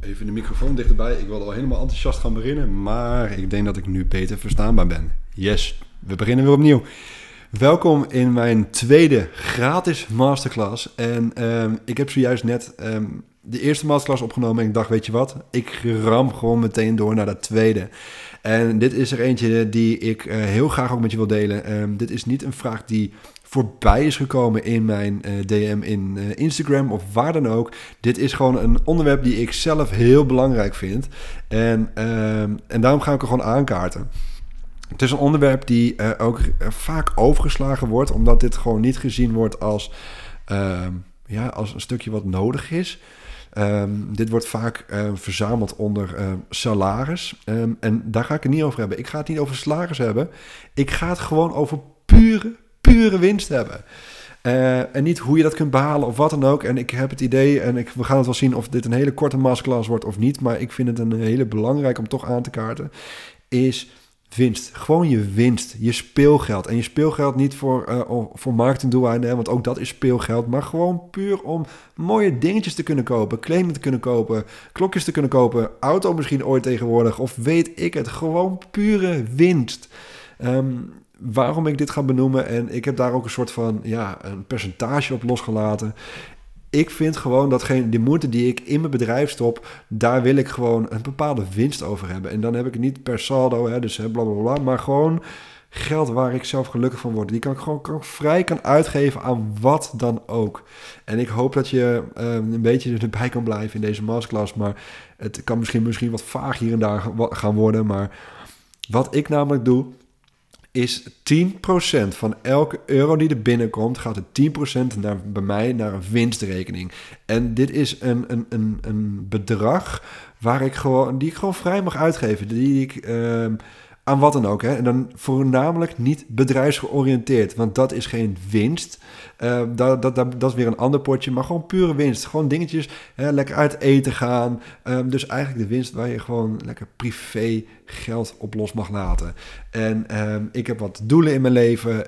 Even de microfoon dichterbij. Ik wilde al helemaal enthousiast gaan beginnen, maar ik denk dat ik nu beter verstaanbaar ben. Yes, we beginnen weer opnieuw. Welkom in mijn tweede gratis masterclass. En ik heb zojuist net de eerste masterclass opgenomen en ik dacht, weet je wat? Ik ram gewoon meteen door naar de tweede. En dit is er eentje die ik heel graag ook met je wil delen. Dit is niet een vraag die voorbij is gekomen in mijn DM in Instagram of waar dan ook. Dit is gewoon een onderwerp die ik zelf heel belangrijk vind. En daarom ga ik er gewoon aankaarten. Het is een onderwerp die ook vaak overgeslagen wordt, omdat dit gewoon niet gezien wordt als een stukje wat nodig is. Dit wordt vaak verzameld onder salaris. En daar ga ik het niet over hebben. Ik ga het niet over salaris hebben. Ik ga het gewoon over pure winst hebben. En niet hoe je dat kunt behalen of wat dan ook. En ik heb het idee, en we gaan het wel zien of dit een hele korte masterclass wordt of niet, maar ik vind het een hele belangrijk om toch aan te kaarten, is winst. Gewoon je winst, je speelgeld. En je speelgeld niet voor marketingdoeleinden, want ook dat is speelgeld, maar gewoon puur om mooie dingetjes te kunnen kopen, kleding te kunnen kopen, klokjes te kunnen kopen, auto misschien ooit tegenwoordig, of weet ik het. Gewoon pure winst. Waarom ik dit ga benoemen, en ik heb daar ook een soort van een percentage op losgelaten. Ik vind gewoon dat de moeite die ik in mijn bedrijf stop, daar wil ik gewoon een bepaalde winst over hebben. En dan heb ik het niet per saldo, dus blablabla, maar gewoon geld waar ik zelf gelukkig van word. Die kan ik gewoon vrij uitgeven aan wat dan ook. En ik hoop dat je een beetje erbij kan blijven in deze masterclass, maar het kan misschien wat vaag hier en daar gaan worden. Maar wat ik namelijk doe, is 10% van elke euro die er binnenkomt, gaat er 10% bij mij naar een winstrekening. En dit is een bedrag die ik gewoon vrij mag uitgeven. Die ik aan wat dan ook. Hè. En dan voornamelijk niet bedrijfsgeoriënteerd, want dat is geen winst. Dat is weer een ander potje, maar gewoon pure winst. Gewoon dingetjes, lekker uit eten gaan. Dus eigenlijk de winst waar je gewoon lekker privé geld op los mag laten. En ik heb wat doelen in mijn leven.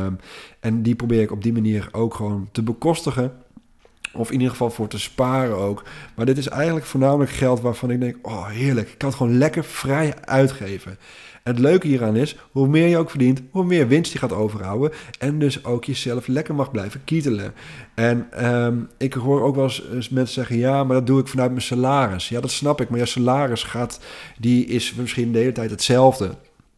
En die probeer ik op die manier ook gewoon te bekostigen. Of in ieder geval voor te sparen ook. Maar dit is eigenlijk voornamelijk geld waarvan ik denk, oh heerlijk, ik kan het gewoon lekker vrij uitgeven. En het leuke hieraan is, hoe meer je ook verdient, hoe meer winst je gaat overhouden. En dus ook jezelf lekker mag blijven kietelen. En ik hoor ook wel eens mensen zeggen, ja, maar dat doe ik vanuit mijn salaris. Ja, dat snap ik, maar je salaris die is misschien de hele tijd hetzelfde.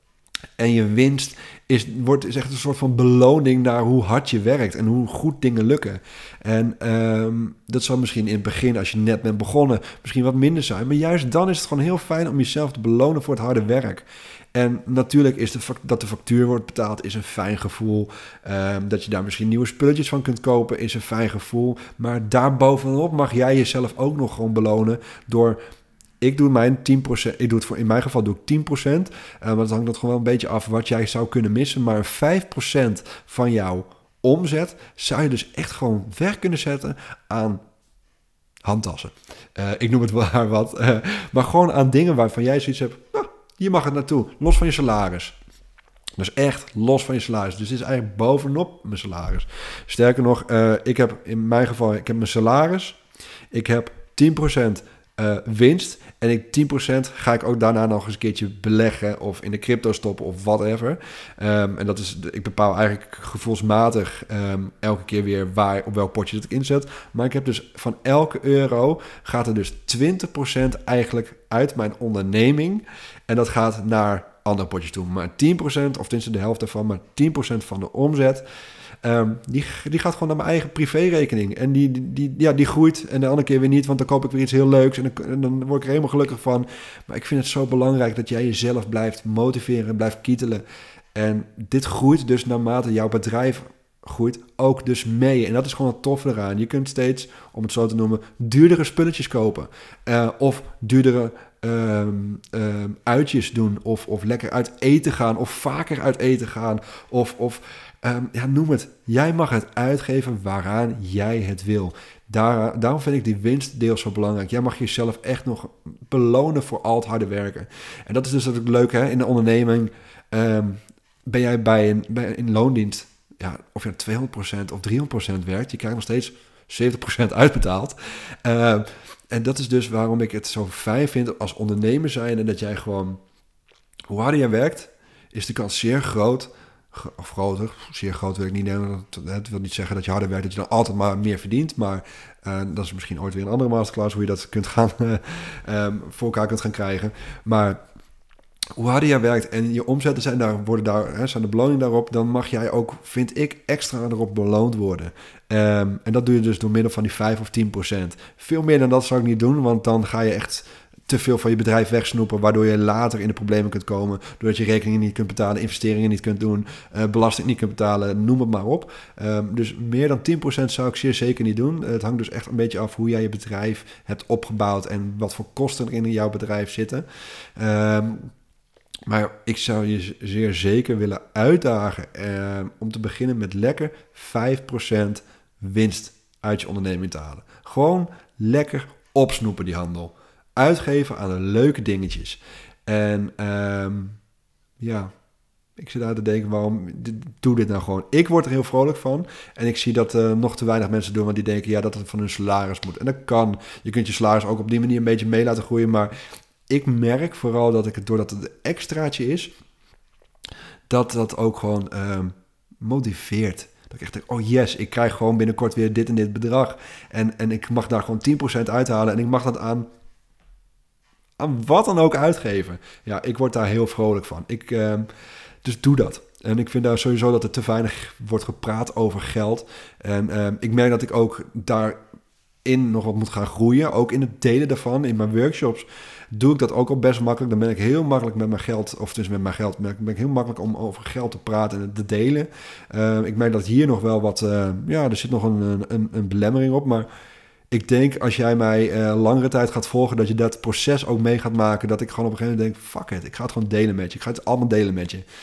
En je winst is echt een soort van beloning naar hoe hard je werkt en hoe goed dingen lukken. En dat zal misschien in het begin, als je net bent begonnen, misschien wat minder zijn. Maar juist dan is het gewoon heel fijn om jezelf te belonen voor het harde werk. En natuurlijk is dat de factuur wordt betaald, is een fijn gevoel. Dat je daar misschien nieuwe spulletjes van kunt kopen, is een fijn gevoel. Maar daarbovenop mag jij jezelf ook nog gewoon belonen door... Ik doe mijn 10%, in mijn geval doe ik 10%. Want het hangt gewoon wel een beetje af wat jij zou kunnen missen. Maar 5% van jouw omzet zou je dus echt gewoon weg kunnen zetten aan handtassen. Ik noem het wel wat. Maar gewoon aan dingen waarvan jij zoiets hebt. Nou, hier mag het naartoe, los van je salaris. Dus echt los van je salaris. Dus dit is eigenlijk bovenop mijn salaris. Sterker nog, ik heb in mijn geval mijn salaris. Ik heb 10% winst. En 10% ga ik ook daarna nog eens een keertje beleggen of in de crypto stoppen of whatever. En dat is, ik bepaal eigenlijk gevoelsmatig elke keer weer op welk potje dat ik inzet. Maar ik heb dus van elke euro gaat er dus 20% eigenlijk uit mijn onderneming. En dat gaat naar andere potjes toe. Maar 10%, of tenminste de helft daarvan, maar 10% van de omzet... Die gaat gewoon naar mijn eigen privérekening. En die groeit. En de andere keer weer niet, want dan koop ik weer iets heel leuks. En dan word ik er helemaal gelukkig van. Maar ik vind het zo belangrijk dat jij jezelf blijft motiveren en blijft kietelen. En dit groeit dus naarmate jouw bedrijf groeit ook dus mee. En dat is gewoon het toffe eraan. Je kunt steeds, om het zo te noemen, duurdere spulletjes kopen. Of duurdere uitjes doen. Of lekker uit eten gaan. Of vaker uit eten gaan. Of noem het. Jij mag het uitgeven waaraan jij het wil. Daarom vind ik die winstdeel zo belangrijk. Jij mag jezelf echt nog belonen voor al het harde werken. En dat is dus ook leuk, hè? In de onderneming ben jij in loondienst. Ja, of je 200% of 300% werkt, je krijgt nog steeds 70% uitbetaald. En dat is dus waarom ik het zo fijn vind als ondernemer zijn. En dat jij gewoon, hoe harder jij werkt, is de kans zeer groot. Of groter, zeer groot wil ik niet nemen. Het wil niet zeggen dat je harder werkt, dat je dan altijd maar meer verdient. Maar dat is misschien ooit weer een andere masterclass, hoe je dat kunt gaan voor elkaar kunt gaan krijgen. Maar hoe harder jij werkt en je omzetten zijn de beloning daarop, dan mag jij ook, vind ik, extra erop beloond worden. En dat doe je dus door middel van die 5 of 10%. Veel meer dan dat zou ik niet doen, want dan ga je echt te veel van je bedrijf wegsnoepen, waardoor je later in de problemen kunt komen, doordat je rekeningen niet kunt betalen, investeringen niet kunt doen, belasting niet kunt betalen, noem het maar op. Dus meer dan 10% zou ik zeer zeker niet doen. Het hangt dus echt een beetje af hoe jij je bedrijf hebt opgebouwd en wat voor kosten er in jouw bedrijf zitten. Maar ik zou je zeer zeker willen uitdagen om te beginnen met lekker 5% winst uit je onderneming te halen. Gewoon lekker opsnoepen die handel. Uitgeven aan de leuke dingetjes. En ik zit uit te denken, doe dit nou gewoon? Ik word er heel vrolijk van. En ik zie dat nog te weinig mensen doen, want die denken dat het van hun salaris moet. En dat kan. Je kunt je salaris ook op die manier een beetje mee laten groeien, maar ik merk vooral dat doordat het een extraatje is, dat ook gewoon motiveert. Dat ik echt denk, oh yes, ik krijg gewoon binnenkort weer dit en dit bedrag. En ik mag daar gewoon 10% uithalen. En ik mag dat aan wat dan ook uitgeven. Ja, ik word daar heel vrolijk van. Dus doe dat. En ik vind daar sowieso dat er te weinig wordt gepraat over geld. En ik merk dat ik ook daarin nog wat moet gaan groeien. Ook in het delen daarvan. In mijn workshops doe ik dat ook al best makkelijk. Dan ben ik heel makkelijk met mijn geld, of dus met mijn geld, ben ik heel makkelijk om over geld te praten en te delen. Ik merk dat hier nog wel wat, er zit nog een belemmering op, maar ik denk als jij mij langere tijd gaat volgen, dat je dat proces ook mee gaat maken, dat ik gewoon op een gegeven moment denk, fuck it, ik ga het gewoon delen met je. Ik ga het allemaal delen met je.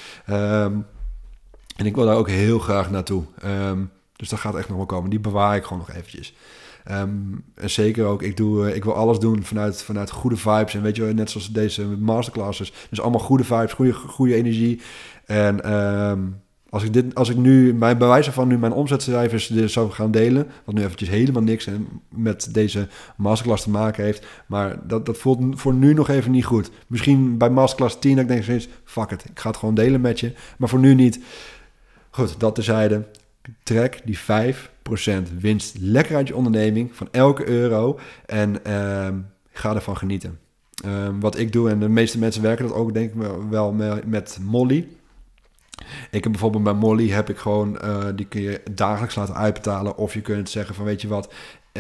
En ik wil daar ook heel graag naartoe. Dus dat gaat echt nog wel komen. Die bewaar ik gewoon nog eventjes. En zeker ook, ik wil alles doen vanuit goede vibes. En weet je, net zoals deze masterclasses. Dus allemaal goede vibes, goede energie. En als ik nu, mijn bewijzen van nu mijn omzetcijfers zou gaan delen, wat nu eventjes helemaal niks met deze masterclass te maken heeft. Maar dat voelt voor nu nog even niet goed. Misschien bij masterclass 10 dat ik denk steeds, fuck it, ik ga het gewoon delen met je. Maar voor nu niet. Goed, dat terzijde. Trek die 5% winst lekker uit je onderneming van elke euro en ga ervan genieten. Wat ik doe, en de meeste mensen werken dat ook denk ik wel met Molly. Ik heb bijvoorbeeld bij Molly heb ik gewoon, die kun je dagelijks laten uitbetalen, of je kunt zeggen van weet je wat,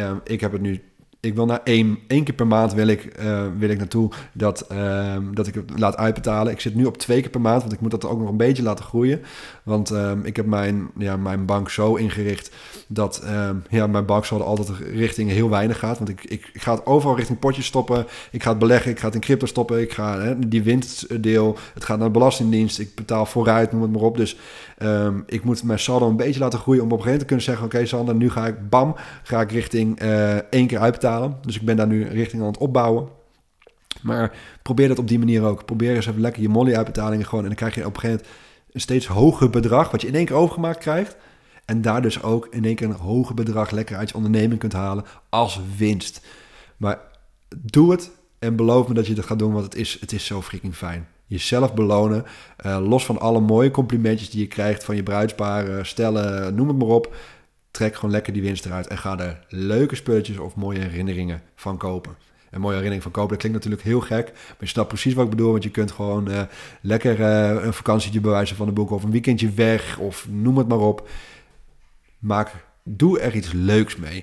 ik wil naar één keer per maand wil ik naartoe dat ik het laat uitbetalen. Ik zit nu op 2 keer per maand, want ik moet dat ook nog een beetje laten groeien. Want ik heb mijn bank zo ingericht dat mijn bank zal altijd richting heel weinig gaat. Want ik ga het overal richting potjes stoppen. Ik ga het beleggen, ik ga het in crypto stoppen. Ik ga die winstdeel, het gaat naar de Belastingdienst. Ik betaal vooruit, noem het maar op. Dus ik moet mijn saldo een beetje laten groeien om op een gegeven moment te kunnen zeggen, oké, Sander, nu ga ik richting 1 keer uitbetalen. Dus ik ben daar nu richting aan het opbouwen. Maar probeer dat op die manier ook. Probeer eens even lekker je Molly-uitbetalingen gewoon. En dan krijg je op een gegeven moment een steeds hoger bedrag, wat je in 1 keer overgemaakt krijgt. En daar dus ook in 1 keer een hoger bedrag lekker uit je onderneming kunt halen als winst. Maar doe het en beloof me dat je dat gaat doen, want het is zo freaking fijn. Jezelf belonen, los van alle mooie complimentjes die je krijgt van je bruidsparen, stellen, noem het maar op. Trek gewoon lekker die winst eruit en ga er leuke spulletjes of mooie herinneringen van kopen. Een mooie herinnering van kopen, dat klinkt natuurlijk heel gek, maar je snapt precies wat ik bedoel, want je kunt gewoon lekker een vakantietje bewijzen van de boek of een weekendje weg of noem het maar op. Doe er iets leuks mee.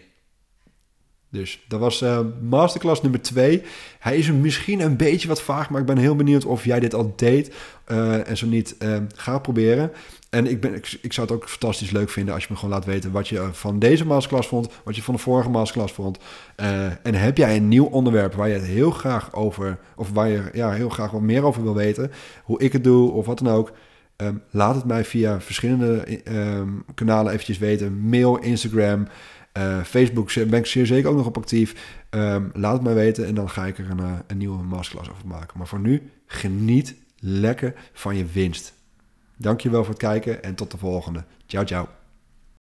Dus dat was masterclass nummer 2. Hij is misschien een beetje wat vaag, maar ik ben heel benieuwd of jij dit al deed. En zo niet, ga het proberen. En ik zou het ook fantastisch leuk vinden als je me gewoon laat weten wat je van deze masterclass vond, wat je van de vorige masterclass vond. En heb jij een nieuw onderwerp waar je het heel graag over, of waar je heel graag wat meer over wil weten, hoe ik het doe of wat dan ook. Laat het mij via verschillende kanalen eventjes weten. Mail, Instagram, Facebook ben ik zeer zeker ook nog op actief. Laat het mij weten en dan ga ik er een nieuwe masterclass over maken. Maar voor nu, geniet lekker van je winst. Dankjewel voor het kijken en tot de volgende. Ciao, ciao.